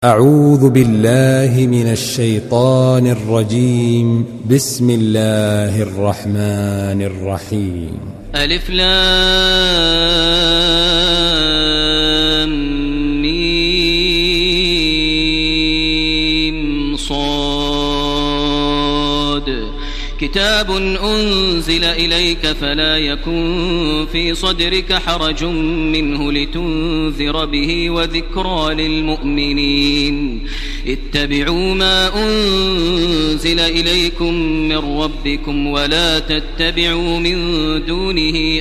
أعوذ بالله من الشيطان الرجيم. بسم الله الرحمن الرحيم. ألف لام ميم صاد. كتاب أنزل إليك فلا يكن في صدرك حرج منه لتنذر به وذكرى للمؤمنين. اتبعوا ما أنزل إليكم من ربكم ولا تتبعوا من دونه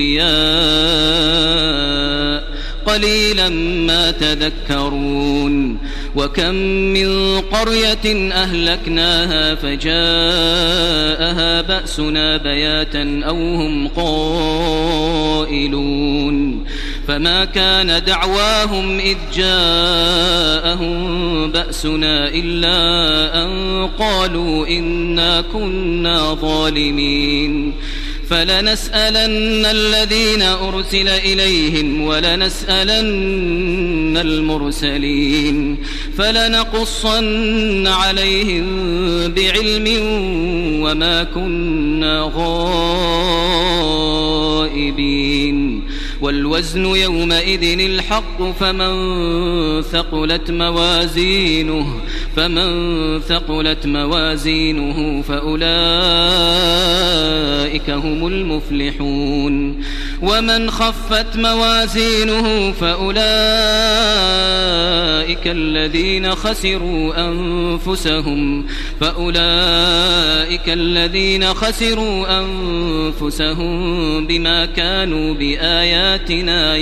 أولياء قليلا ما تذكرون. وكم من قرية أهلكناها فجاءها بأسنا بياتا أو هم قائلون. فما كان دعواهم إذ جاءهم بأسنا إلا أن قالوا إنا كنا ظالمين. فلنسألن الذين أرسل إليهم ولنسألن المرسلين فلنقصن عليهم بعلم وما كنا غائبين. والوزن يومئذ الحق فمن ثقلت موازينه فأولئك هم المفلحون. ومن خفت موازينه فأولئك الذين خسروا أنفسهم بما كانوا بآياتنا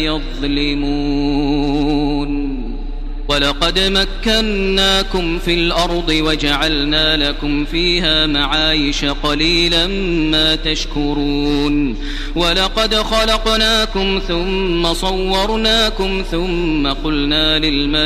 يظلمون. ولقد مكناكم في الأرض وجعلنا لكم فيها معايش قليلا ما تشكرون. ولقد خلقناكم ثم صورناكم ثم قلنا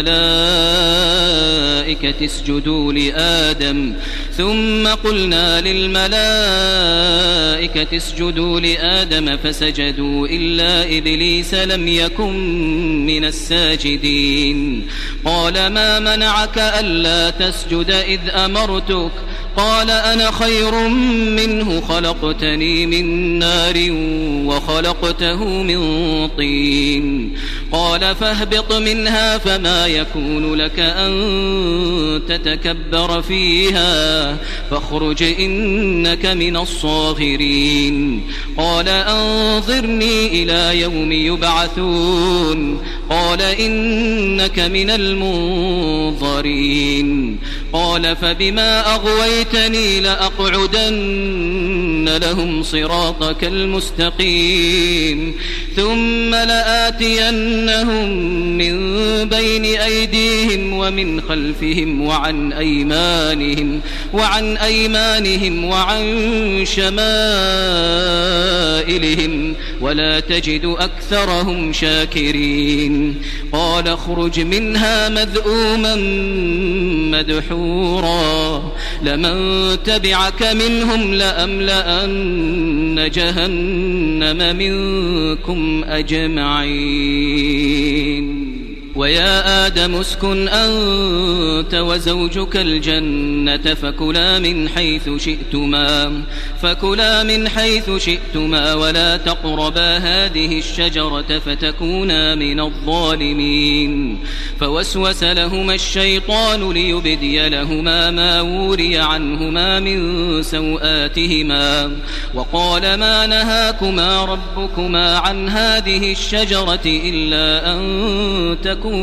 للملائكة اسجدوا لآدم فسجدوا إلا إبليس لم يكن من الساجدين. قال ما منعك ألا تسجد إذ أمرتك؟ قال أنا خير منه خلقتني من نار وخلقته من طين. قال فاهبط منها فما يكون لك أن تتكبر فيها فاخرج إنك من الصاغرين. قال أنظرني إلى يوم يبعثون. قال إنك من المنظرين. قال فبما أغويتني لأقعدن لهم صراطك المستقيم ثم لآتينهم من بين أيديهم ومن خلفهم وعن أيمانهم وعن شمائلهم ولا تجد أكثرهم شاكرين. قال اخرج منها مذءوما مدحورا لمن تبعك منهم لأملأن جهنم منكم أجمعين. ويا آدم اسكن أنت وزوجك الجنة فكلا من حيث شئتما ولا تقربا هذه الشجرة فتكونا من الظالمين. فوسوس لهما الشيطان ليبدي لهما ما وري عنهما من سوآتهما وقال ما نهاكما ربكما عن هذه الشجرة إلا أن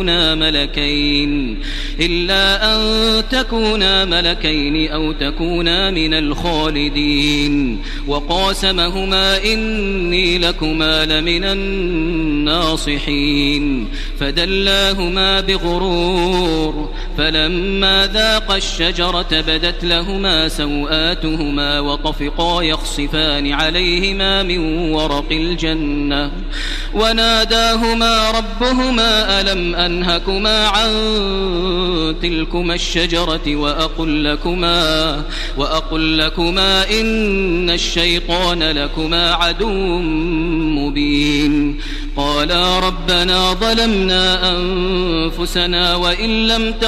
تكونا ملكين أو تكونا من الخالدين. وقاسمهما إني لكما لمن الناصحين. فدلاهما بغرور فلما ذاقا الشجرة بدت لهما سوآتهما وطفقا يخصفان عليهما من ورق الجنة وناداهما ربهما ألم أنهكما عن تلكما الشجرة وأقل لكما إن الشيطان لكما عدو مبين. قالا ربنا ظلمنا أنفسنا وإن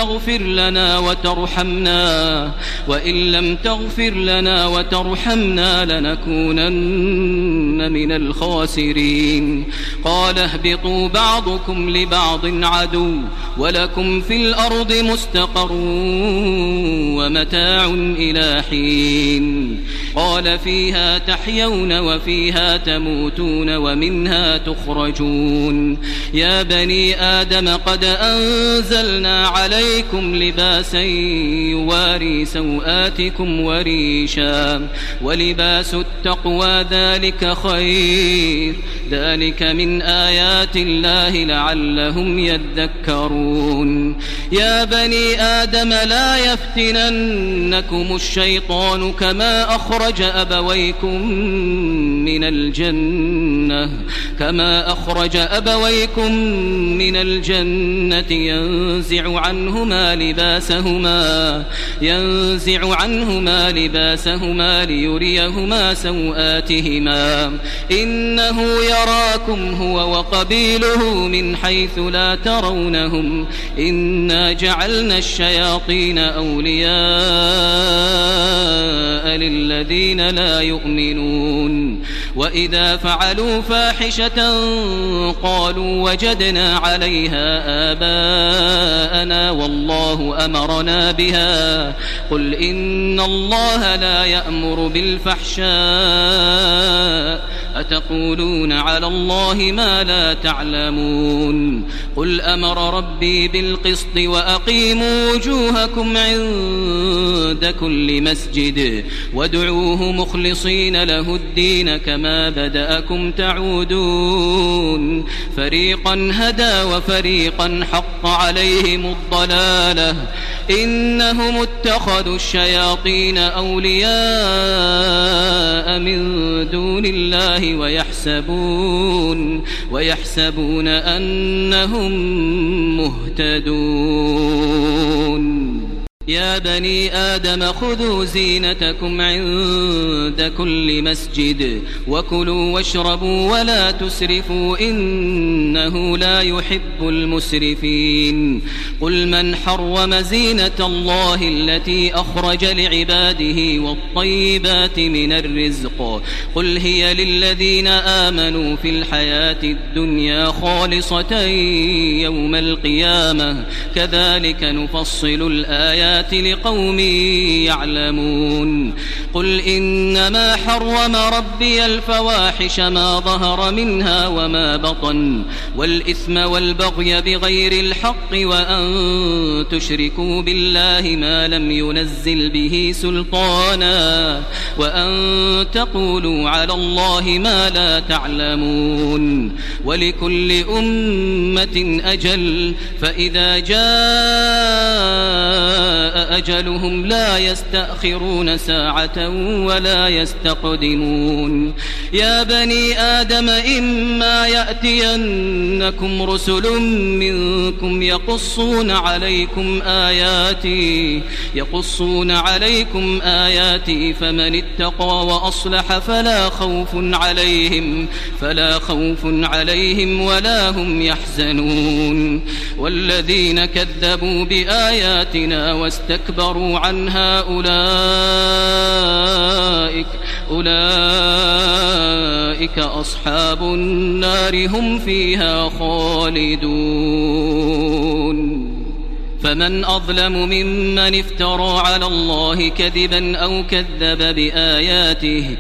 لم تغفر لنا وترحمنا لنكونن من الخاسرين قال اهبطوا بعضكم لبعض عدو ولكم في الأرض مستقر ومتاع إلى حين قال فيها تحيون وفيها تموتون ومنها تخرجون يا بني آدم قد أنزلنا عليكم لباسا يواري سوآتكم وريشا ولباس التقوى ذلك خير ذلك من آيات الله لعلهم يذكرون يا بني آدم لا يفتننكم الشيطان كما أخرج أبويكم من الجنة ينزع عنهما لباسهما ليريهما سوآتهما إنه يراكم هو وقبيله من حيث لا ترونهم إنا جعلنا الشياطين أولياء للذين لا يؤمنون وإذا فعلوا فاحشة قالوا وجدنا عليها آباءنا والله أمرنا بها قل إن الله لا يأمر بالفحشاء أتقولون على الله ما لا تعلمون قل أمر ربي بالقسط وأقيموا وجوهكم عند كل مسجد وادعوه مخلصين له الدين كما بدأكم تعودون فريقا هدى وفريقا حق عليهم الضلالة إنهم اتخذوا الشياطين أولياء من دون الله ويحسبون أنهم مهتدون يا بني آدم خذوا زينتكم عند كل مسجد وكلوا واشربوا ولا تسرفوا إنه لا يحب المسرفين قل من حرم زينة الله التي أخرج لعباده والطيبات من الرزق قل هي للذين آمنوا في الحياة الدنيا خالصة يوم القيامة كذلك نفصل الآيات لقوم يعلمون قل إنما حرم ربي الفواحش ما ظهر منها وما بطن والإثم والبغي بغير الحق وأن تشركوا بالله ما لم ينزل به سلطانا وأن تقولوا على الله ما لا تعلمون ولكل أمة أجل فإذا جاء أجلهم لا يستأخرون ساعة ولا يستقدمون يا بني آدم إما يأتينكم رسل منكم يقصون عليكم آياتي فمن اتقى وأصلح فلا خوف عليهم ولا هم يحزنون والذين كذبوا بآياتنا واستكبروا عنها أولئك أصحاب النار هم فيها خالدون فمن أظلم ممن افترى على الله كذبا أو كذب بآياته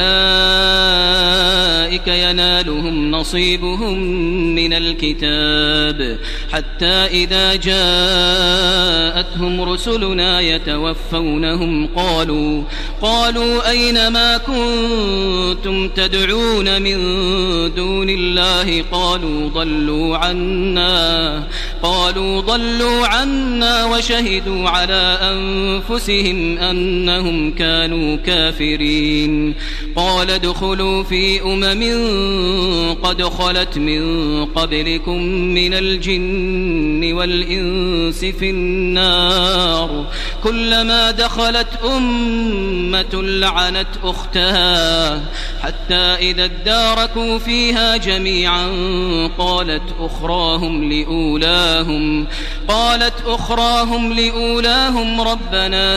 أولئك ينالهم نصيبهم من الكتاب حتى إذا جاءتهم رسلنا يتوفونهم قالوا أين ما كنتم تدعون من دون الله قالوا ضلوا عنا عنا وشهدوا على أنفسهم أنهم كانوا كافرين. قال ادخلوا في قد خلت من قبلكم من الجن والإنس في النار كلما دخلت أمة لعنت أختها حتى إذا اداركوا فيها جميعا قالت أخراهم لأولاهم ربنا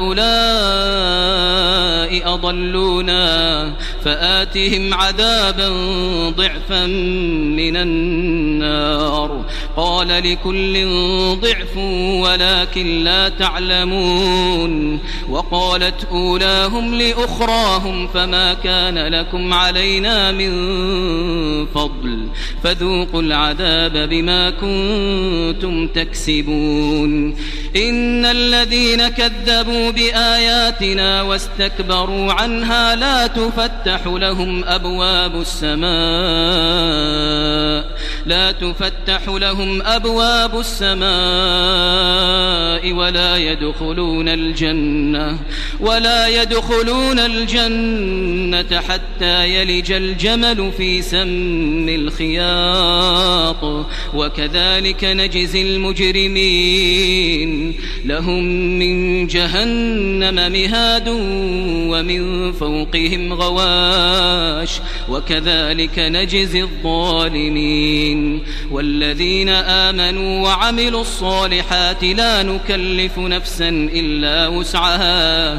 هؤلاء أضلونا فآتهم عذابا ضعفا من النار قال لكل ضعف ولكن لا تعلمون. وقالت أولاهم لأخراهم فما كان لكم علينا من فضل فذوقوا العذاب بما كنتم تكسبون. إن الذين كذبوا بآياتنا واستكبروا عنها لا تفتح لهم أبواب السماء ولا يدخلون الجنة حتى يلج الجمل في سم الخياط وكذلك نجزي المجرمين. لهم من جهنم مهاد ومن فوقهم غواش وكذلك نجزي الظالمين. والذين آمنوا وعملوا الصالحات لا نكلف نفسا إلا وسعها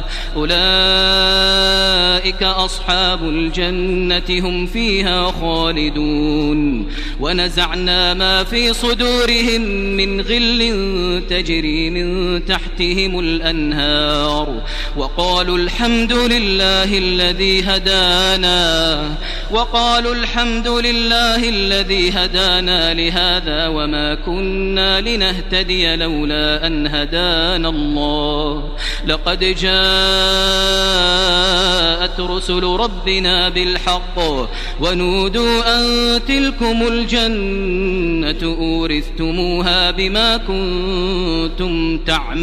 أولئك أصحاب الجنة هم فيها خالدون. ونزعنا ما في صدورهم من غل تجري من تحتهم الأنهار وقالوا الحمد لله الذي هدانا لهذا وما كنا لنهتدي لولا أن هدانا الله لقد جاءت رسل ربنا بالحق ونودوا أن تلكم الجنة أورثتموها بما كنتم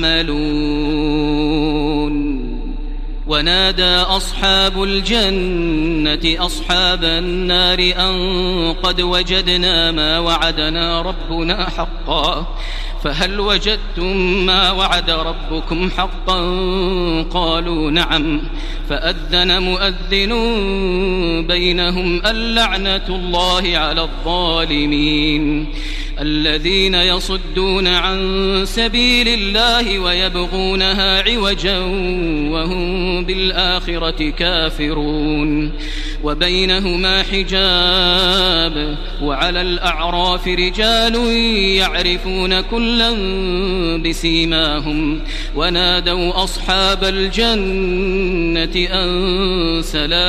تعملون. ونادى أصحاب الجنة أصحاب النار أن قد وجدنا ما وعدنا ربنا حقا فهل وجدتم ما وعد ربكم حقا قالوا نعم فأذن مؤذن بينهم اللعنة الله على الظالمين الذين يصدون عن سبيل الله ويبغونها عوجا وهم بالآخرة كافرون. وبينهما حجاب وعلى الأعراف رجال يعرفون كلا بسيماهم ونادوا أصحاب الجنة أن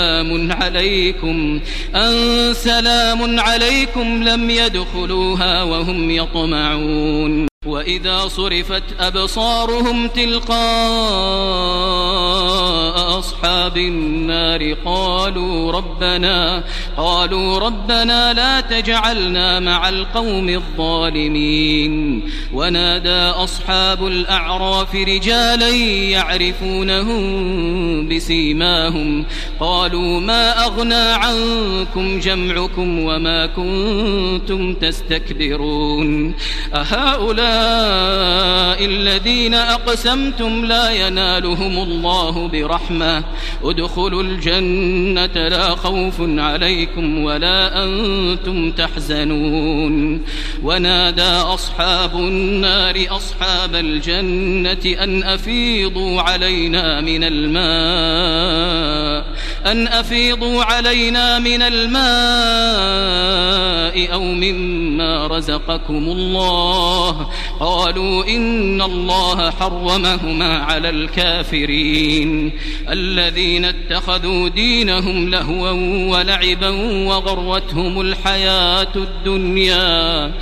سلام عليكم لم يدخلوها وهم يطمعون. وإذا صرفت أبصارهم تلقاء أصحاب النار قالوا ربنا لا تجعلنا مع القوم الظالمين. ونادى أصحاب الأعراف رجالا يعرفونهم بسيماهم قالوا ما أغنى عنكم جمعكم وما كنتم تستكبرون أهؤلاء الذين أقسمتم لا ينالهم الله برحمة ادخلوا الجنة لا خوف عليكم ولا أنتم تحزنون. ونادى أصحاب النار أصحاب الجنة أن أفيضوا علينا من الماء أو مما رزقكم الله قالوا إن الله حرمهما على الكافرين الذين اتخذوا دينهم لهوا ولعبا وغرتهم الحياة الدنيا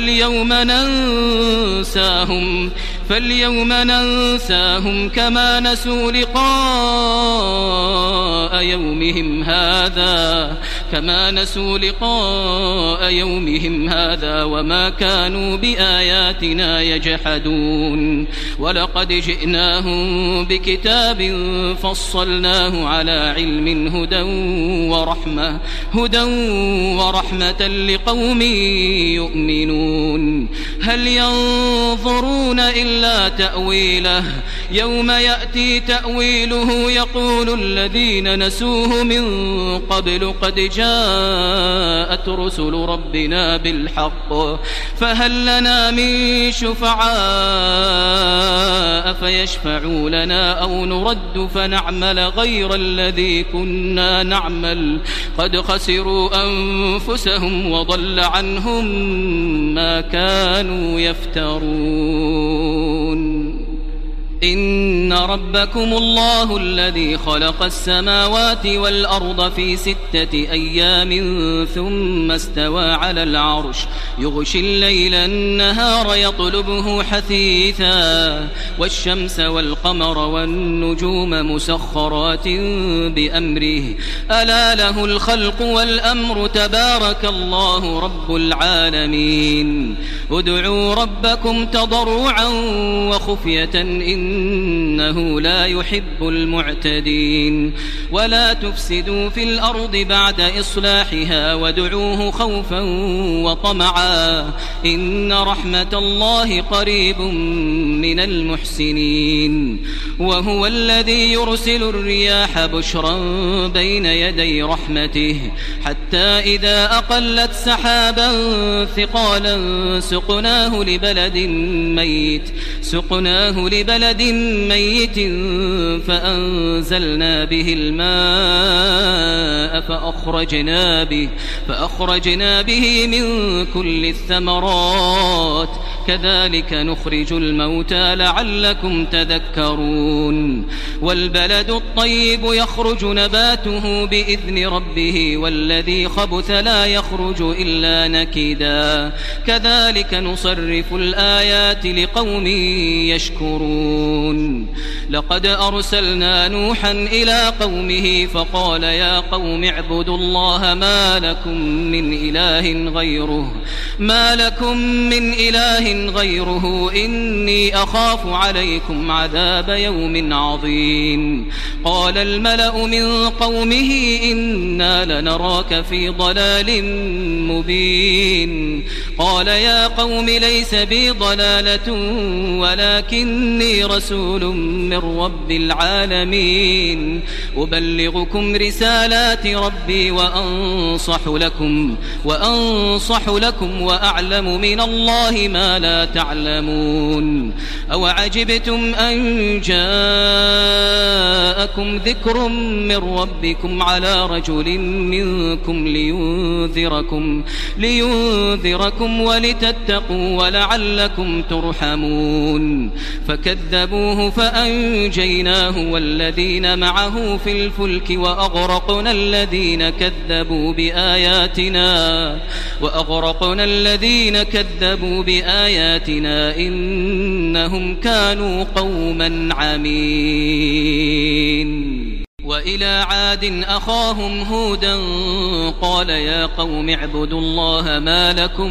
فاليوم ننساهم كما نسوا لقاء يومهم هذا كما نسوا لقاء يومهم هذا وما كانوا بآياتنا يجحدون ولقد جئناهم بكتاب فصلناه على علم هدى ورحمة لقوم يؤمنون هل ينظرون إلا تأويله يوم يأتي تأويله يقول الذين نسوه من قبل قد جاءت رسل ربنا بالحق فهل لنا من شفعاء فيشفعوا لنا أو نرد فنعمل غير الذي كنا نعمل قد خسروا أنفسهم وضل عنهم ما كانوا يفترون إن ربكم الله الذي خلق السماوات والأرض في 6 أيام ثم استوى على العرش يغشي الليل النهار يطلبه حثيثا والشمس والقمر والنجوم مسخرات بأمره ألا له الخلق والأمر تبارك الله رب العالمين ادعوا ربكم تضرعا وخفية إنه لا يحب المعتدين ولا تفسدوا في الأرض بعد إصلاحها وادعوه خوفا وطمعا إن رحمة الله قريب من المحسنين وهو الذي يرسل الرياح بشرا بين يدي رحمته حتى إذا أقلت سحابا ثقالا سقناه لبلد ميت فأنزلنا به الماء فأخرجنا به من كل الثمرات كذلك نخرج الموتى لعلكم تذكرون والبلد الطيب يخرج نباته بإذن ربه والذي خبث لا يخرج إلا نكدا كذلك نصرف الآيات لقوم يشكرون لقد أرسلنا نوحا إلى قومه فقال يا قوم اعبدوا الله ما لكم من إله غيره إني أخاف عليكم عذاب يوم عظيم قال الملأ من قومه إنا لنراك في ضلال مبين قال يا قوم ليس بي ضلالة ولكني رسول من رب العالمين أبلغكم رسالات ربي وأنصح لكم وأعلم من الله ما لا تعلمون أوعجبتم أن جاءكم ذكر من ربكم على رجل منكم لينذركم ولتتقوا ولعلكم ترحمون فكذبوه فأنجيناه والذين معه في الفلك وأغرقنا الذين كذبوا بآياتنا إنهم كانوا قوما عمين وإلى عاد أخاهم هودا قال يا قوم اعبدوا الله ما لكم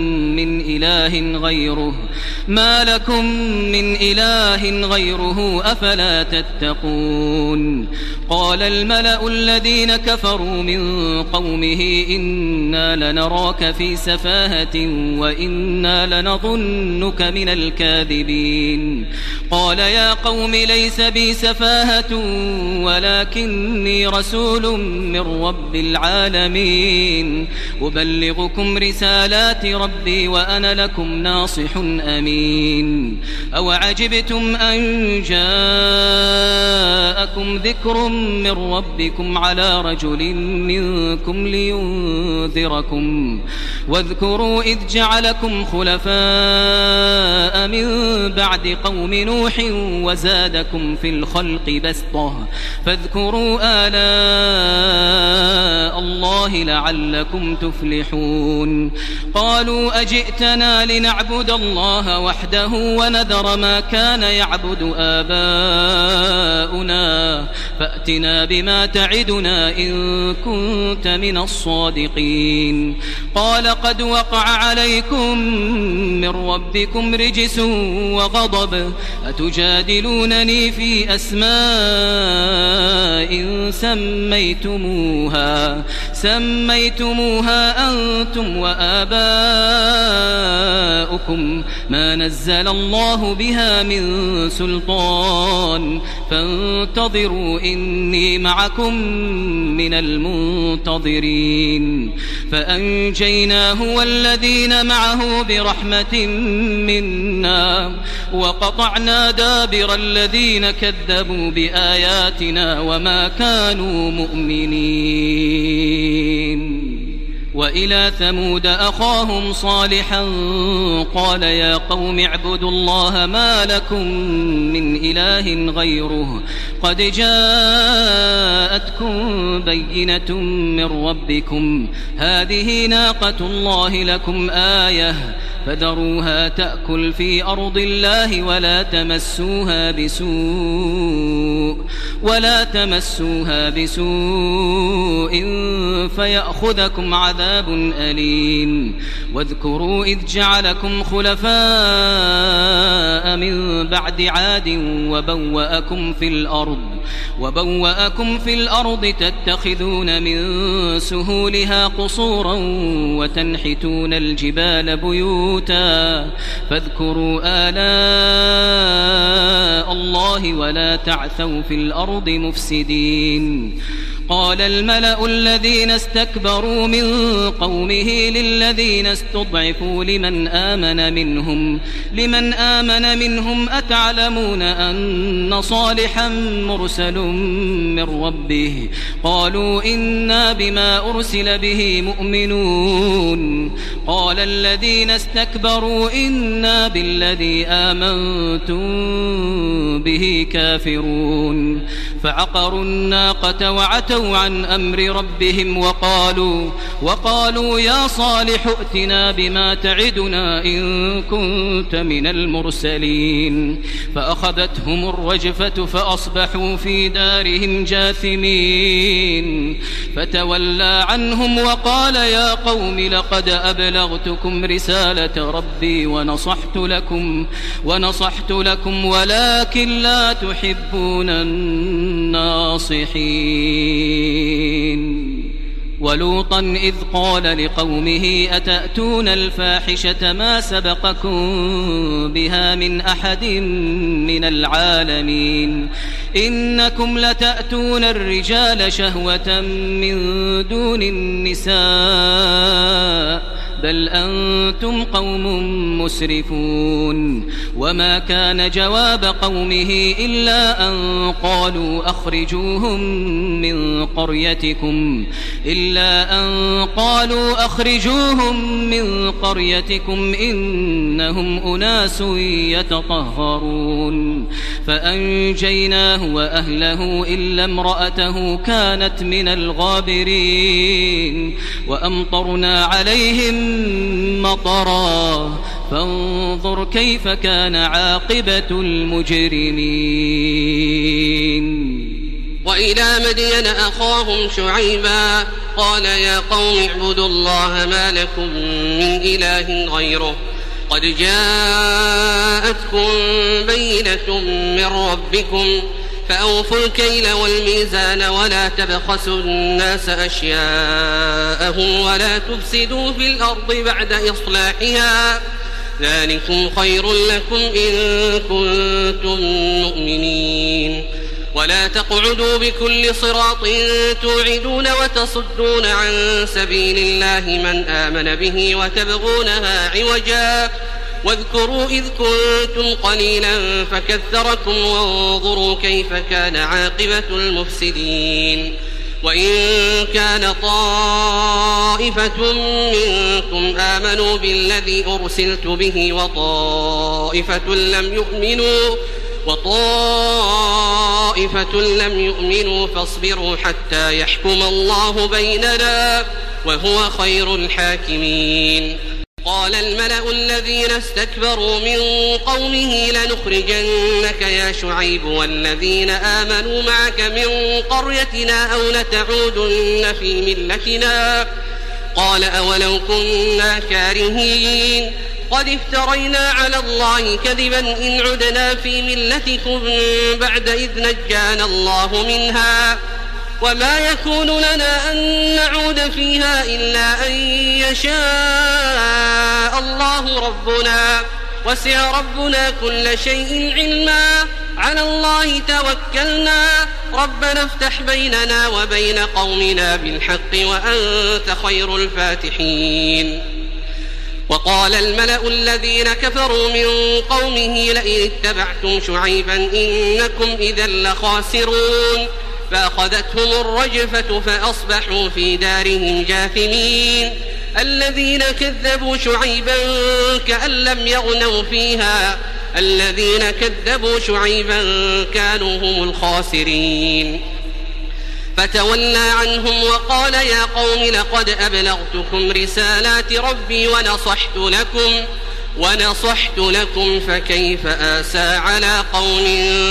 من إله غيره أفلا تتقون قال الملأ الذين كفروا من قومه إنا لنراك في سفاهة وإنا لنظنك من الكاذبين قال يا قوم ليس بي سفاهة ولكني رسول من رب العالمين أبلغكم رسالات ربي وأنا لكم ناصح أمين أوعجبتم أن جاءكم ذكر من ربكم على رجل منكم واذكروا إذ جعلكم خلفاء من بعد قوم نوح وزادكم في الخلق بسطة فاذكروا آلاء الله لعلكم تفلحون قالوا أجئتنا لنعبد الله وحده ونذر ما كان يعبد آباؤنا فأتنا بما تعدنا إن كنت من الصادقين قال قد وقع عليكم من ربكم رجس وغضب أتجادلونني في أسماء سميتموها أنتم وآباؤكم ما نزل الله بها من سلطان فانتظروا إني معكم من المنتظرين فأنجيناه والذين معه برحمة منا وقطعنا دابر الذين كذبوا بآياتنا وما كانوا مؤمنين وإلى ثمود أخاهم صالحا قال يا قوم اعبدوا الله ما لكم من إله غيره قد جاءتكم بينة من ربكم هذه ناقة الله لكم آية فذروها تأكل في أرض الله ولا تمسوها بسوء فيأخذكم عذاب أليم واذكروا إذ جعلكم خلفاء من بعد عاد وبوأكم في الأرض تتخذون من سهولها قصورا وتنحتون الجبال بيوتا فاذكروا آلاء الله ولا تعثوا في الأرض مفسدين قال الملأ الذين استكبروا من قومه للذين استضعفوا لمن آمن منهم أتعلمون أن صالحا مرسل من ربه قالوا إنا بما أرسل به مؤمنون قال الذين استكبروا إنا بالذي آمنتم به كافرون فعقروا الناقة وعتوا عن أمر ربهم وقالوا يا صالح ائتنا بما تعدنا إن كنت من المرسلين فأخذتهم الرجفة فأصبحوا في دارهم جاثمين فتولى عنهم وقال يا قوم لقد أبلغتكم رسالة ربي ونصحت لكم ولكن لا تحبون الناصحين ولوطا إذ قال لقومه أتأتون الفاحشة ما سبقكم بها من أحد من العالمين إنكم لتأتون الرجال شهوة من دون النساء بل أنتم قوم مسرفون وما كان جواب قومه إلا أن قالوا أخرجوهم من قريتكم إنهم أناس يتطهرون فأنجيناه وأهله إلا امرأته كانت من الغابرين وأمطرنا عليهم مطرا فانظر كيف كان عاقبة المجرمين وإلى مدين أخاهم شعيبا قال يا قوم اعبدوا الله ما لكم من إله غيره قد جاءتكم بينة من ربكم فأوفوا الكيل والميزان ولا تبخسوا الناس أشياءهم ولا تفسدوا في الأرض بعد إصلاحها ذلكم خير لكم إن كنتم مؤمنين ولا تقعدوا بكل صراط توعدون وتصدون عن سبيل الله من آمن به وتبغونها عوجا واذكروا إذ كنتم قليلا فكثركم وانظروا كيف كان عاقبة المفسدين وإن كان طائفة منكم آمنوا بالذي أرسلت به وطائفة لم يؤمنوا فاصبروا حتى يحكم الله بيننا وهو خير الحاكمين. قال الملأ الذين استكبروا من قومه لنخرجنك يا شعيب والذين آمنوا معك من قريتنا أو لتعودن في ملتنا. قال أولو كنا كارهين قد افترينا على الله كذبا إن عدنا في ملتكم بعد إذ نجانا الله منها وما يكون لنا أن نعود فيها إلا أن يشاء الله ربنا وسع ربنا كل شيء علما على الله توكلنا ربنا افتح بيننا وبين قومنا بالحق وأنت خير الفاتحين. وقال الملأ الذين كفروا من قومه لئن اتبعتم شعيبا إنكم إذا لخاسرون فأخذتهم الرجفة فأصبحوا في دارهم جاثمين. الذين كذبوا شعيبا كأن لم يغنوا فيها الذين كذبوا شعيبا كانوا هم الخاسرين. فتولى عنهم وقال يا قوم لقد أبلغتكم رسالات ربي ونصحت لكم فكيف آسى على قوم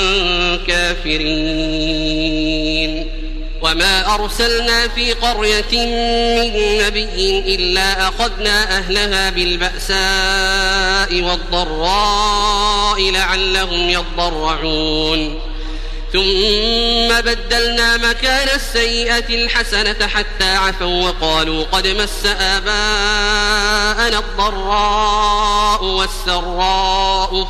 كافرين. وما أرسلنا في قرية من نبي إلا أخذنا أهلها بالبأساء والضراء لعلهم يضرعون ثم بدلنا مكان السيئة الحسنة حتى عفوا وقالوا قد مس آباءنا الضراء والسراء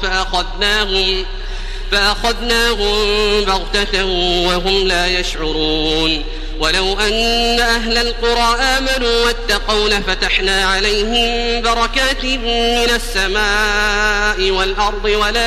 فأخذناهم بغتة وهم لا يشعرون. ولو أن أهل القرى آمنوا واتقوا لفتحنا عليهم بركات من السماء والأرض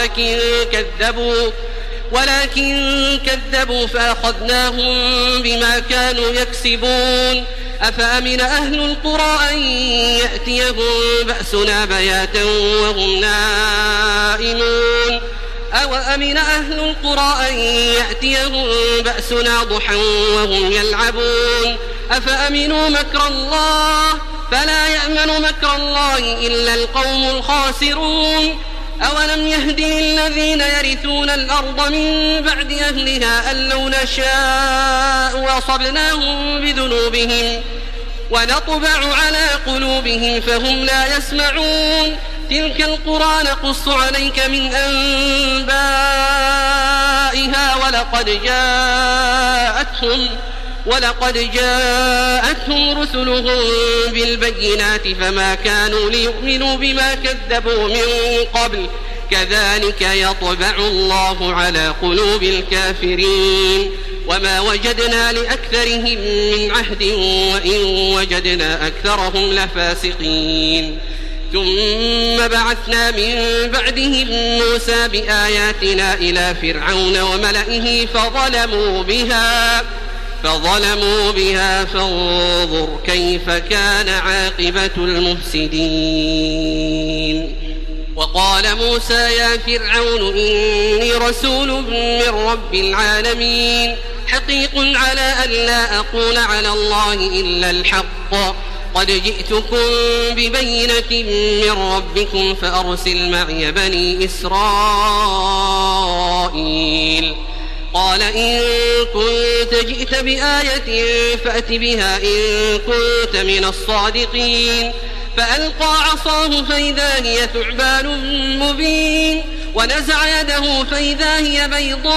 ولكن كذبوا فأخذناهم بما كانوا يكسبون. أفأمن أهل القرى أن يأتيهم بأسنا بياتا وهم نائمون أو أمن أهل القرى أن يأتيهم بأسنا ضحى وهم يلعبون أفأمنوا مكر الله فلا يأمن مكر الله إلا القوم الخاسرون. أولم يهد للذين يرثون الأرض من بعد أهلها أن لو نشاء أصبناهم بذنوبهم ونطبع على قلوبهم فهم لا يسمعون. تلك القرى نقص عليك من أنبائها ولقد جاءتهم رسلهم بالبينات فما كانوا ليؤمنوا بما كذبوا من قبل كذلك يطبع الله على قلوب الكافرين. وما وجدنا لأكثرهم من عهد وإن وجدنا أكثرهم لفاسقين. ثم بعثنا من بعدهم موسى بآياتنا إلى فرعون وملئه فظلموا بها فانظر كيف كان عاقبة المفسدين. وقال موسى يا فرعون إني رسول من رب العالمين حقيق على أن لا أقول على الله إلا الحق قد جئتكم ببينة من ربكم فأرسل معي بني إسرائيل. قال إن كنت جئت بآية فأت بها إن كنت من الصادقين. فألقى عصاه فإذا هي ثعبان مبين ونزع يده فإذا هي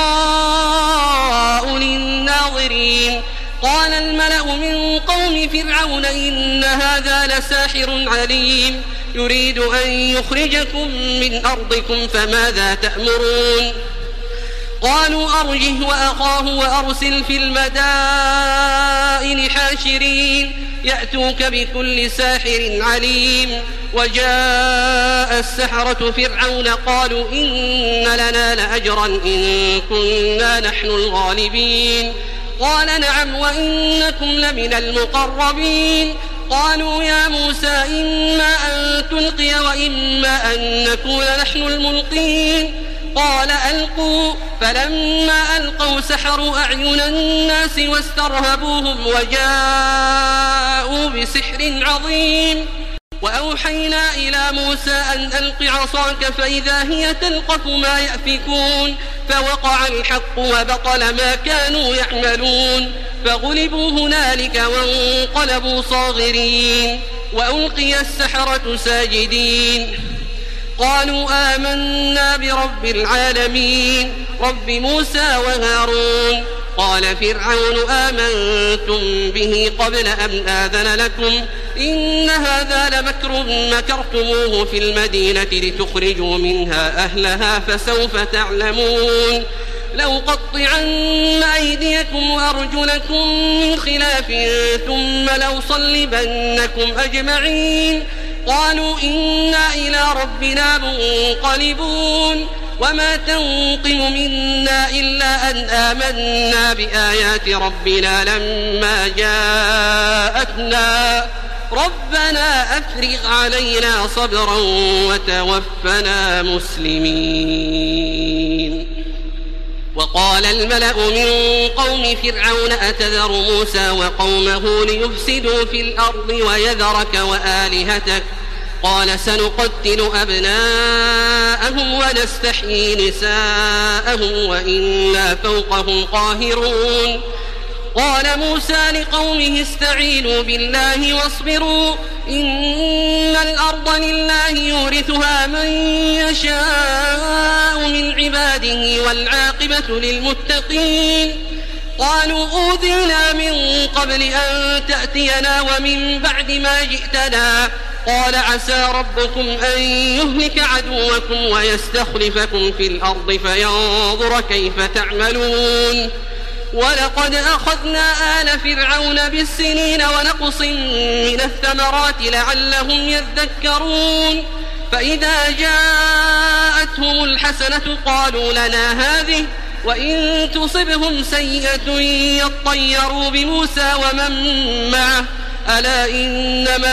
بيضاء للناظرين. قال الملأ من قوم فرعون إن هذا لساحر عليم يريد أن يخرجكم من أرضكم فماذا تأمرون. قالوا أرجه وأخاه وأرسل في المدائن حاشرين يأتوك بكل ساحر عليم. وجاء السحرة فرعون قالوا إن لنا لأجرا إن كنا نحن الغالبين. قال نعم وإنكم لمن المقربين. قالوا يا موسى إما أن تلقي وإما أن نكون نحن الملقين. قال ألقوا. فلما ألقوا سحروا أعين الناس واسترهبوهم وجاءوا بسحر عظيم. وأوحينا إلى موسى أن ألق عصاك فإذا هي تلقف ما يأفكون. فوقع الحق وبطل ما كانوا يعملون فغلبوا هنالك وانقلبوا صاغرين وألقي السحرة ساجدين. قالوا آمنا برب العالمين رب موسى وهارون. قال فرعون آمنتم به قبل أن آذن لكم إن هذا لمكر مكرتموه في المدينة لتخرجوا منها أهلها فسوف تعلمون. لأقطعن أيديكم وأرجلكم من خلاف ثم لأصلبنكم أجمعين. قالوا إنا إلى ربنا منقلبون. وما تنقم منا إلا أن آمنا بآيات ربنا لما جاءتنا ربنا أفرغ علينا صبرا وتوفنا مسلمين. وقال الملأ من قوم فرعون أتذر موسى وقومه ليفسدوا في الأرض ويذرك وآلهتك قال سنقتل أبناءهم ونستحيي نساءهم وإنا فوقهم قاهرون. قال موسى لقومه استعينوا بالله واصبروا إن الأرض لله يورثها من يشاء من عباده والعاقبة للمتقين. قالوا أوذينا من قبل أن تأتينا ومن بعد ما جئتنا. قال عسى ربكم أن يهلك عدوكم ويستخلفكم في الأرض فينظر كيف تعملون. ولقد أخذنا آل فرعون بالسنين ونقص من الثمرات لعلهم يذكرون. فإذا جاءتهم الحسنة قالوا لنا هذه وإن تصبهم سيئة يطيروا بموسى ومن معه ألا إنما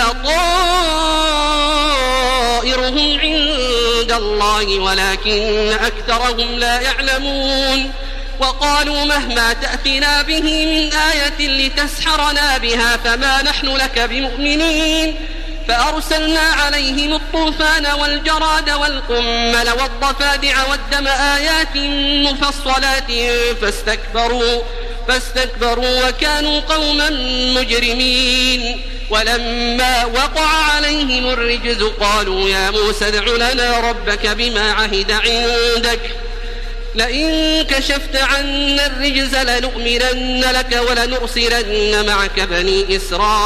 طائرهم عند الله ولكن أكثرهم لا يعلمون. وقالوا مهما تأتنا به من آية لتسحرنا بها فما نحن لك بمؤمنين. فأرسلنا عليهم الطوفان والجراد والقمل والضفادع والدم آيات مفصلات فاستكبروا وكانوا قوما مجرمين. ولما وقع عليهم الرجز قالوا يا موسى ادع لنا ربك بما عهد عندك لئن كشفت عنا الرجز لنؤمنن لك ولنرسلن معك بني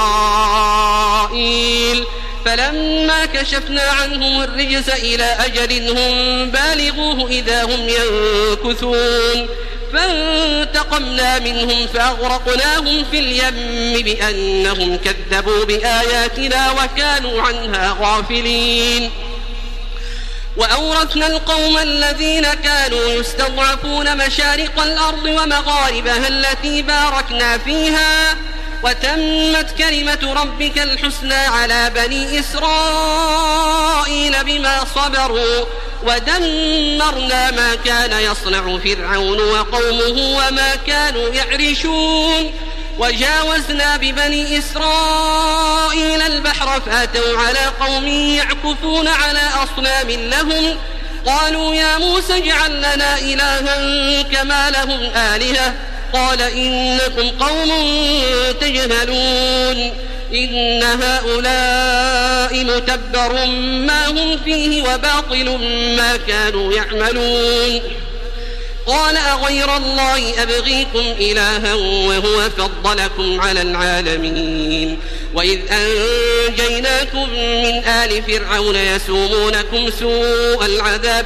إسرائيل. فلما كشفنا عنهم الرجز إلى أجل هم بالغوه إذا هم ينكثون. فانتقمنا منهم فأغرقناهم في اليم بأنهم كذبوا بآياتنا وكانوا عنها غافلين. وأورثنا القوم الذين كانوا يستضعفون مشارق الأرض ومغاربها التي باركنا فيها وتمت كلمة ربك الحسنى على بني إسرائيل بما صبروا ودمرنا ما كان يصنع فرعون وقومه وما كانوا يعرشون. وجاوزنا ببني إسرائيل البحر فأتوا على قوم يعكفون على أصنام لهم. قالوا يا موسى اجعل لنا إلها كما لهم آلهة. قال إنكم قوم تجهلون إن هؤلاء متبر ما هم فيه وباطل ما كانوا يعملون. قال أغير الله أبغيكم إلها وهو فضلكم على العالمين. وإذ أنجيناكم من آل فرعون يسومونكم سوء العذاب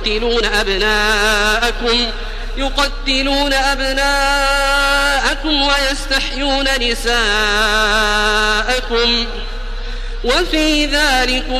يقتلون أبناءكم ويستحيون نساءكم وفي ذلكم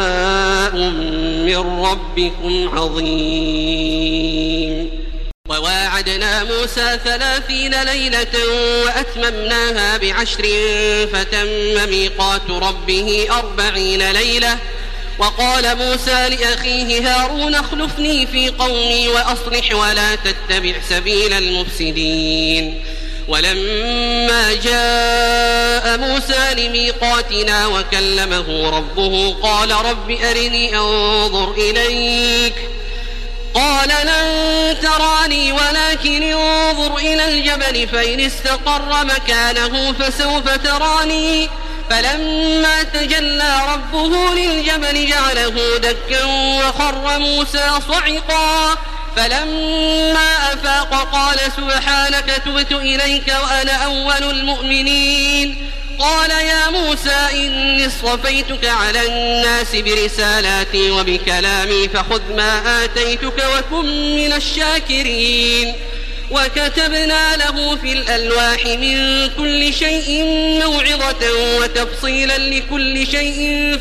بلاء من ربكم عظيم. وواعدنا موسى 30 ليلة وأتممناها ب10 فتم ميقات ربه 40 ليلة. وقال موسى لأخيه هارون اخلفني في قومي وأصلح ولا تتبع سبيل المفسدين. ولما جاء موسى لميقاتنا وكلمه ربه قال رب أرني أنظر إليك قال لن تراني ولكن انظر إلى الجبل فإن استقر مكانه فسوف تراني. فلما تجلى ربه للجبل جعله دكا وخر موسى صعقا. فلما أفاق قال سبحانك تبت إليك وأنا أول المؤمنين. قال يا موسى إني اصطفيتك على الناس برسالاتي وبكلامي فخذ ما آتيتك وكن من الشاكرين. وكتبنا له في الألواح من كل شيء موعظة وتفصيلا لكل شيء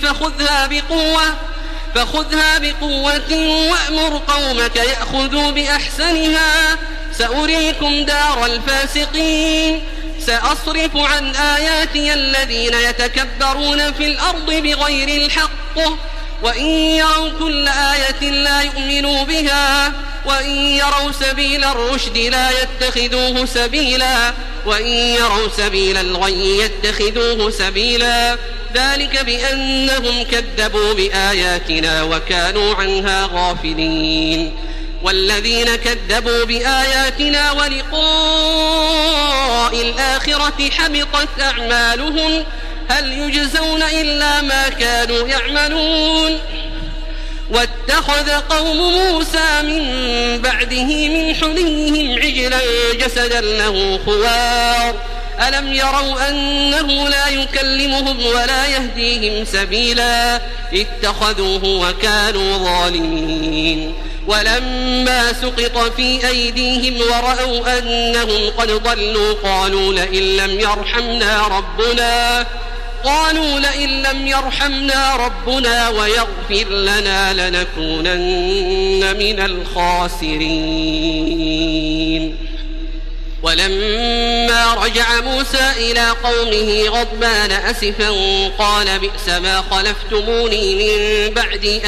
فخذها بقوة وأمر قومك يأخذوا بأحسنها سأريكم دار الفاسقين. سأصرف عن آياتي الذين يتكبرون في الأرض بغير الحق وإن يروا كل آية لا يؤمنوا بها وإن يروا سبيل الرشد لا يتخذوه سبيلا وإن يروا سبيل الغي يتخذوه سبيلا. ذلك بأنهم كذبوا بآياتنا وكانوا عنها غافلين. والذين كذبوا بآياتنا ولقاء الآخرة حبطت أعمالهم هل يجزون إلا ما كانوا يعملون. واتخذ قوم موسى من بعده من حليهم عجلا جسدا له خوار ألم يروا أنه لا يكلمهم ولا يهديهم سبيلا اتخذوه وكانوا ظالمين. ولما سقط في أيديهم ورأوا أنهم قد ضلوا قالوا لئن لم يرحمنا ربنا ويغفر لنا لنكونن من الخاسرين. ولما رجع موسى إلى قومه غضبان أسفا قال بئس ما خلفتموني من بعدي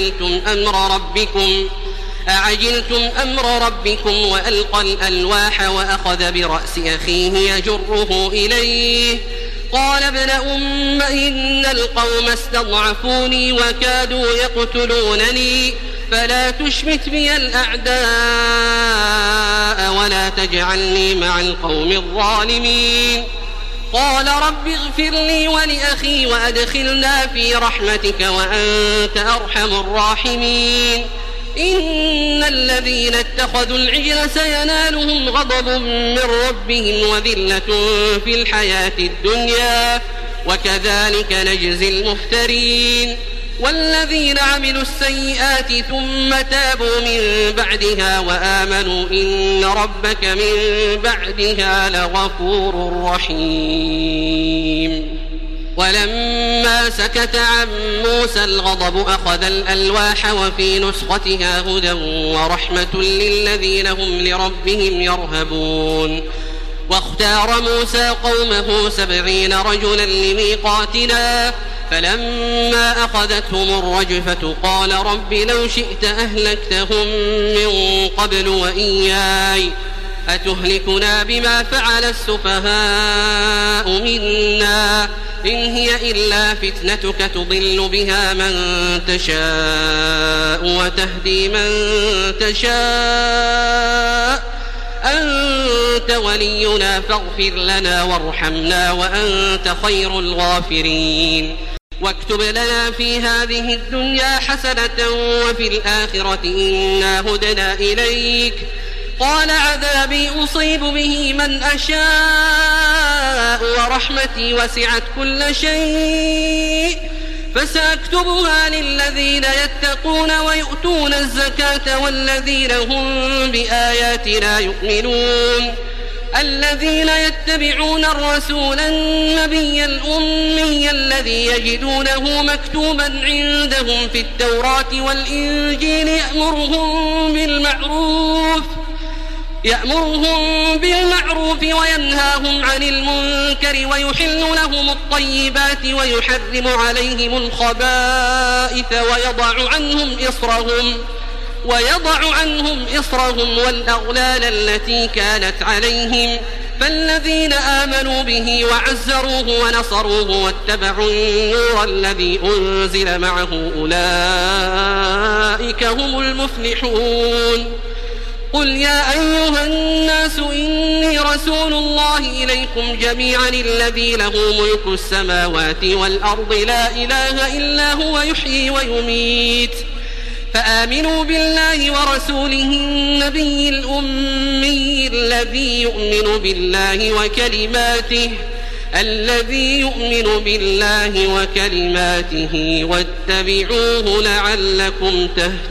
أعجلتم أمر ربكم وألقى الألواح وأخذ برأس أخيه يجره إليه قال ابن أم إن القوم استضعفوني وكادوا يقتلونني فلا تشمت بي الأعداء ولا تجعلني مع القوم الظالمين. قال رب اغفر لي ولأخي وأدخلنا في رحمتك وأنت أرحم الراحمين. إن الذين اتخذوا العجل سينالهم غضب من ربهم وذلة في الحياة الدنيا وكذلك نجزي المفترين. والذين عملوا السيئات ثم تابوا من بعدها وآمنوا إن ربك من بعدها لغفور رحيم. ولما سكت عن موسى الغضب أخذ الألواح وفي نسختها هدى ورحمة للذين هم لربهم يرهبون. واختار موسى قومه 70 رجلا لميقاتنا فلما أخذتهم الرجفة قال رب لو شئت أهلكتهم من قبل وإياي أتهلكنا بما فعل السفهاء منا إن هي إلا فتنتك تضل بها من تشاء وتهدي من تشاء أنت ولينا فاغفر لنا وارحمنا وأنت خير الغافرين. واكتب لنا في هذه الدنيا حسنة وفي الآخرة إنا هدنا إليك. قال عذابي أصيب به من أشاء ورحمتي وسعت كل شيء فسأكتبها للذين يتقون ويؤتون الزكاة والذين هم بآياتنا يؤمنون الذين يتبعون الرسول النبي الأمي الذي يجدونه مكتوبا عندهم في التوراة والإنجيل يأمرهم بالمعروف وينهاهم عن المنكر ويحل لهم الطيبات ويحرم عليهم الخبائث ويضع عنهم إصرهم والأغلال التي كانت عليهم فالذين آمنوا به وعزروه ونصروه واتبعوا النور الذي أنزل معه أولئك هم المفلحون. قل يا أيها الناس إني رسول الله إليكم جميعا الذي له ملك السماوات والأرض لا إله إلا هو يحيي ويميت فآمنوا بالله ورسوله النبي الأمي الذي يؤمن بالله وكلماته واتبعوه لعلكم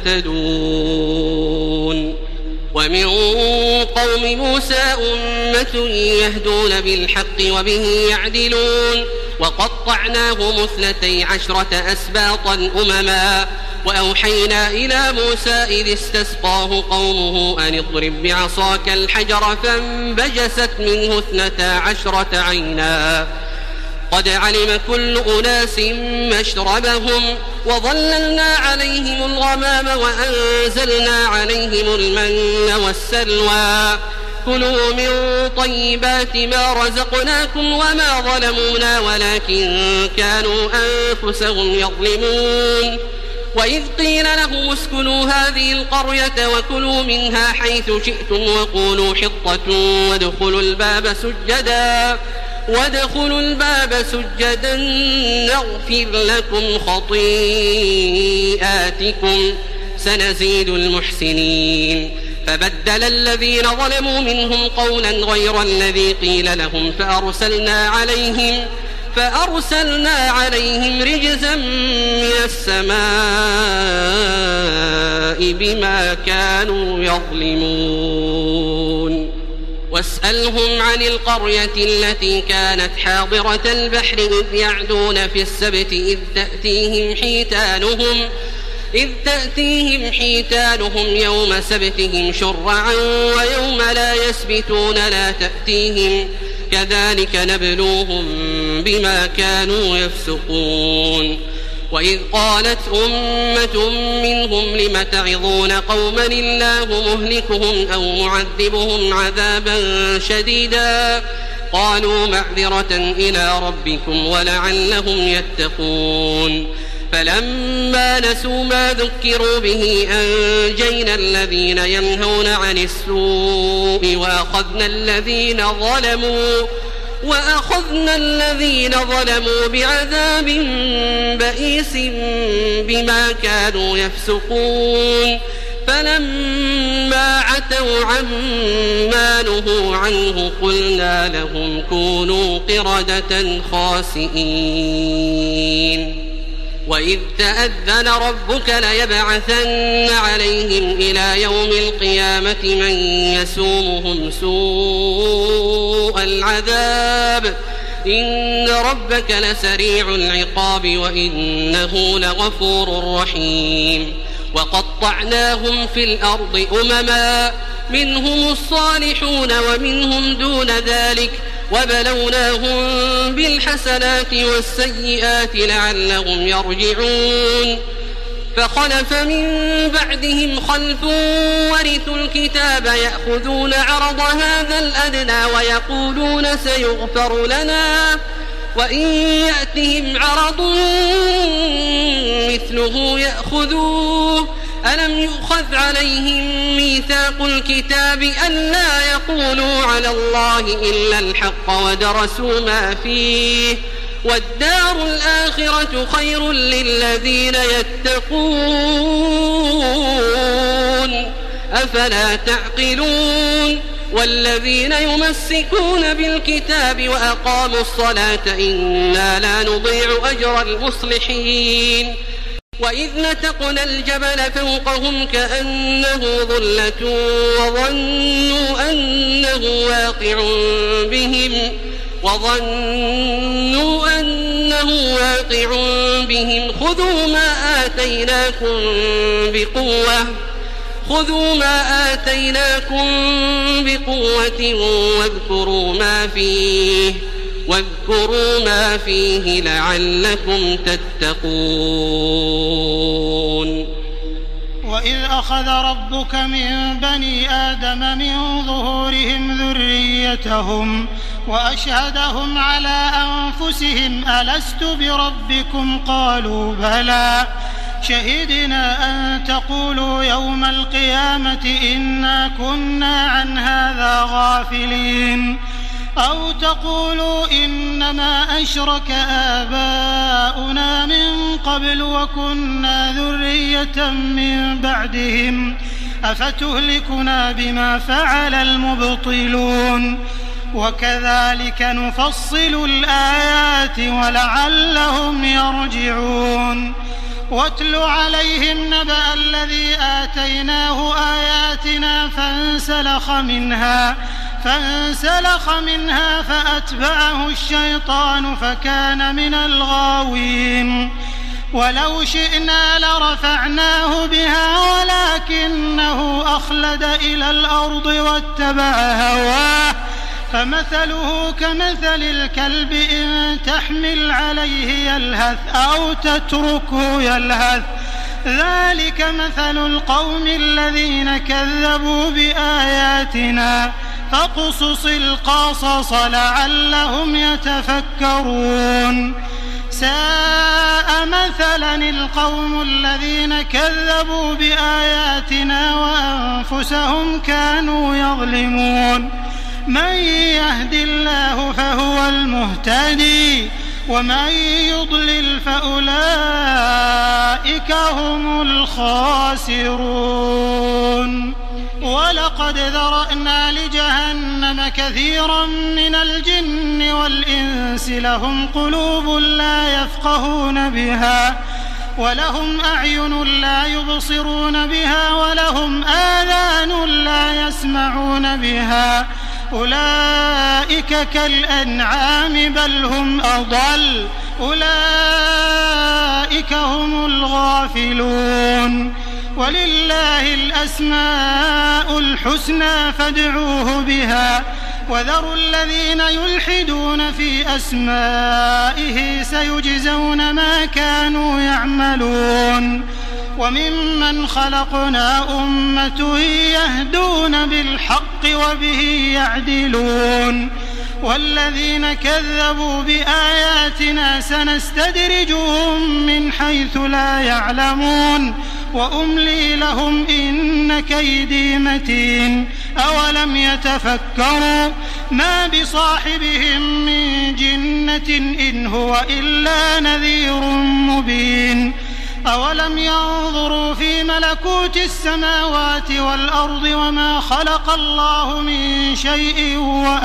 تهتدون. ومن قوم موسى أمة يهدون بالحق وبه يعدلون وقطعناهم 12 أسباطا أمما وأوحينا إلى موسى إذ استسقاه قومه أن اضرب بعصاك الحجر فانبجست منه 12 عينا قد علم كل أناس مشربهم وظللنا عليهم الغمام وأنزلنا عليهم المن والسلوى كلوا من طيبات ما رزقناكم وما ظلمونا ولكن كانوا أنفسهم يظلمون. وإذ قيل لهم اسكنوا هذه القرية وكلوا منها حيث شئتم وقولوا حطة وادخلوا الباب سجدا نغفر لكم خطيئاتكم سنزيد المحسنين. فبدل الذين ظلموا منهم قولا غير الذي قيل لهم فأرسلنا عليهم رجزا من السماء بما كانوا يظلمون. واسألهم عن القرية التي كانت حاضرة البحر إذ يعدون في السبت إذ تأتيهم حيتانهم يوم سبتهم شرعا ويوم لا يسبتون لا تأتيهم كذلك نبلوهم بما كانوا يفسقون. وإذ قالت أمة منهم لم تعظون قوما الله مهلكهم أو معذبهم عذابا شديدا قالوا معذرة إلى ربكم ولعلهم يتقون. فلما نسوا ما ذكروا به أنجينا الذين ينهون عن السوء وأخذنا الذين ظلموا بعذاب بئيس بما كانوا يفسقون. فلما عتوا عما نهوا عنه قلنا لهم كونوا قردة خاسئين. وإذ تأذن ربك ليبعثن عليهم إلى يوم القيامة من يسومهم سوء العذاب إن ربك لسريع العقاب وإنه لغفور رحيم. وقطعناهم في الأرض أمما منهم الصالحون ومنهم دون ذلك وبلوناهم بالحسنات والسيئات لعلهم يرجعون. فخلف من بعدهم خلف ورثوا الكتاب يأخذون عرض هذا الأدنى ويقولون سيغفر لنا وإن يأتهم عرض مثله يأخذوه. ألم يؤخذ عليهم ميثاق الكتاب ألا يقولوا على الله إلا الحق ودرسوا ما فيه والدار الآخرة خير للذين يتقون أفلا تعقلون. والذين يمسكون بالكتاب وأقاموا الصلاة إنا لا نضيع أجر المصلحين. وإذ نتقنا الجبل فوقهم كأنه ظلة وظنوا أنه واقع بهم خذوا ما آتيناكم خذوا ما آتيناكم بقوة واذكروا ما فيه لعلكم تتقون. وإذ أخذ ربك من بني آدم من ظهورهم ذريتهم وأشهدهم على أنفسهم ألست بربكم قالوا بلى شهدنا أن تقولوا يوم القيامة إنا كنا عن هذا غافلين أو تقولوا إنما أشرك آباؤنا من قبل وكنا ذرية من بعدهم أفتهلكنا بما فعل المبطلون وكذلك نفصل الآيات ولعلهم يرجعون. واتل عليهم نبأ الذي آتيناه آياتنا فانسلخ منها فأتبعه الشيطان فكان من الغاوين. ولو شئنا لرفعناه بها ولكنه أخلد إلى الأرض واتبع هواه فمثله كمثل الكلب إن تحمل عليه يلهث أو تتركه يلهث ذلك مثل القوم الذين كذبوا بآياتنا فاقصص القصص لعلهم يتفكرون. ساء مثلا القوم الذين كذبوا بآياتنا وأنفسهم كانوا يظلمون. من يهد الله فهو المهتدي ومن يضلل فأولئك هم الخاسرون. ولقد ذرأنا لجهنم كثيرا من الجن والإنس لهم قلوب لا يفقهون بها ولهم أعين لا يبصرون بها ولهم آذان لا يسمعون بها أولئك كالأنعام بل هم أضل أولئك هم الغافلون. ولله الأسماء الحسنى فادعوه بها وذروا الذين يلحدون في أسمائه سيجزون ما كانوا يعملون. وممن خلقنا أمة يهدون بالحق وبه يعدلون. والذين كذبوا بآياتنا سنستدرجهم من حيث لا يعلمون وأملي لهم إن كيدي متين. أولم يتفكروا ما بصاحبهم من جنة إن هو إلا نذير مبين. أولم ينظروا في ملكوت السماوات والأرض وما خلق الله من شيء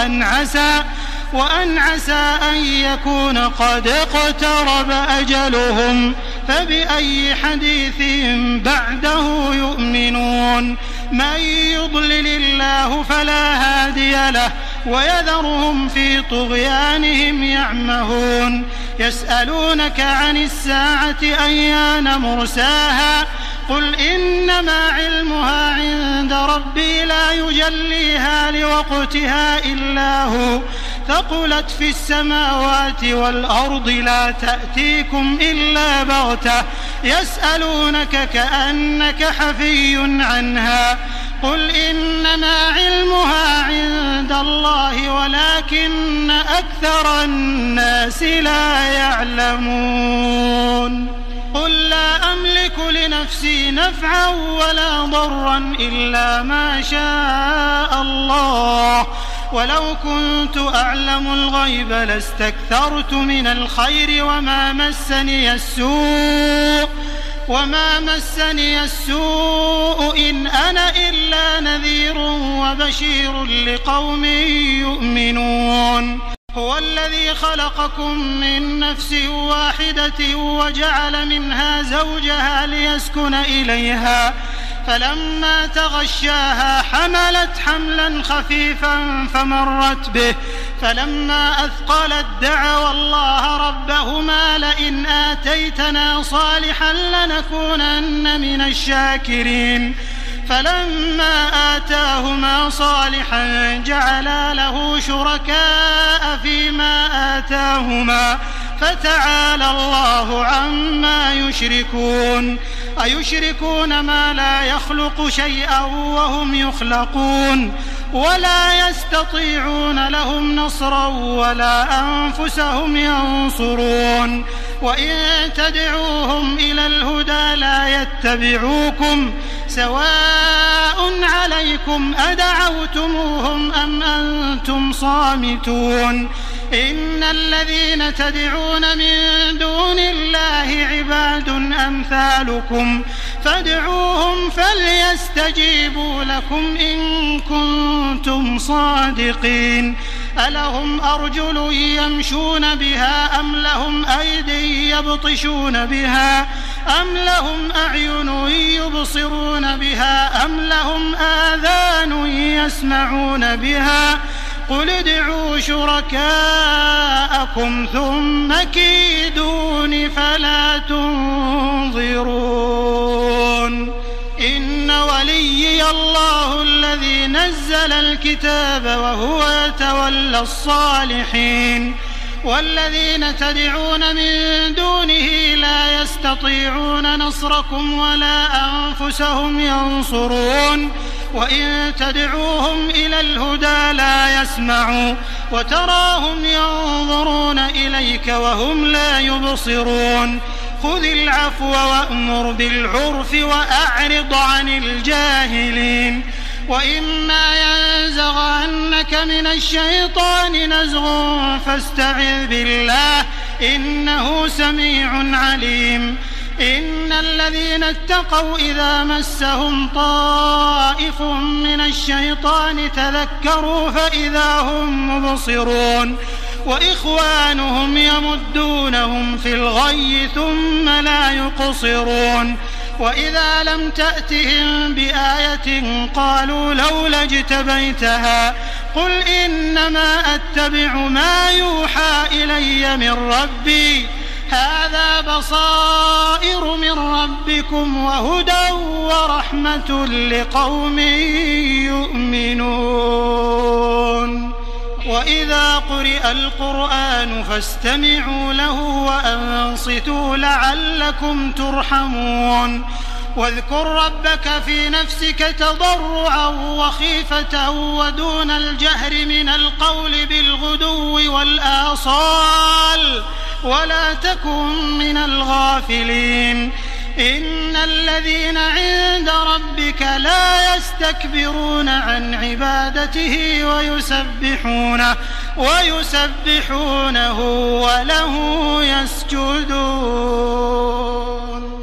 وأن عسى أن يكون قد اقترب أجلهم فبأي حديث بعده يؤمنون. من يضلل الله فلا هادي له ويذرهم في طغيانهم يعمهون. يسألونك عن الساعة أيان مرساها قل إنما علمها عند ربي لا يجليها لوقتها إلا هو ثقلت في السماوات والأرض لا تأتيكم إلا بغتة يسألونك كأنك حفي عنها قل إنما علمها عند الله ولكن أكثر الناس لا يعلمون. قل لا أملك لنفسي نفعا ولا ضرا إلا ما شاء الله ولو كنت أعلم الغيب لاستكثرت من الخير وما مسني السوء إن أنا إلا نذير وبشير لقوم يؤمنون. هو الذي خلقكم من نفس واحدة وجعل منها زوجها ليسكن إليها فلما تغشاها حملت حملا خفيفا فمرت به فلما أثقلت دعوا الله ربهما لئن آتيتنا صالحا لنكونن من الشاكرين فلما آتاهما صالحا جعلا له شركاء فيما آتاهما فتعالى الله عما يشركون أيشركون ما لا يخلق شيئا وهم يخلقون ولا يستطيعون لهم نصرا ولا أنفسهم ينصرون وإن تدعوهم إلى الهدى لا يتبعوكم سواء عليكم أدعوتموهم أم أنتم صامتون إن الذين تدعون من دون الله عباد أمثالكم فادعوهم فليستجيبوا لكم إن كنتم صادقين ألهم أرجل يمشون بها أم لهم أيدي يبطشون بها أم لهم أعين يبصرون بها أم لهم آذان يسمعون بها قل ادعوا شركاءكم ثم كيدون فلا تنظرون إن وليي الله الذي نزل الكتاب وهو يتولى الصالحين والذين تدعون من دونه لا يستطيعون نصركم ولا أنفسهم ينصرون وإن تدعوهم إلى الهدى لا يسمعوا وتراهم ينظرون إليك وهم لا يبصرون خذ العفو وأمر بالعرف وأعرض عن الجاهلين وإما ينزغنك من الشيطان نزغ فاستعذ بالله إنه سميع عليم إن الذين اتقوا إذا مسهم طائف من الشيطان تذكروا فإذا هم مبصرون وإخوانهم يمدونهم في الغي ثم لا يقصرون وإذا لم تأتهم بآية قالوا لولا اجتبيتها قل إنما أتبع ما يوحى إلي من ربي هذا بصائر من ربكم وهدى ورحمة لقوم يؤمنون وإذا قرئ القرآن فاستمعوا له وأنصتوا لعلكم ترحمون واذكر ربك في نفسك تضرعا وخيفة ودون الجهر من القول بالغدو والآصال ولا تكن من الغافلين إن الذين عند ربك لا يستكبرون عن عبادته ويسبحونه وله يسجدون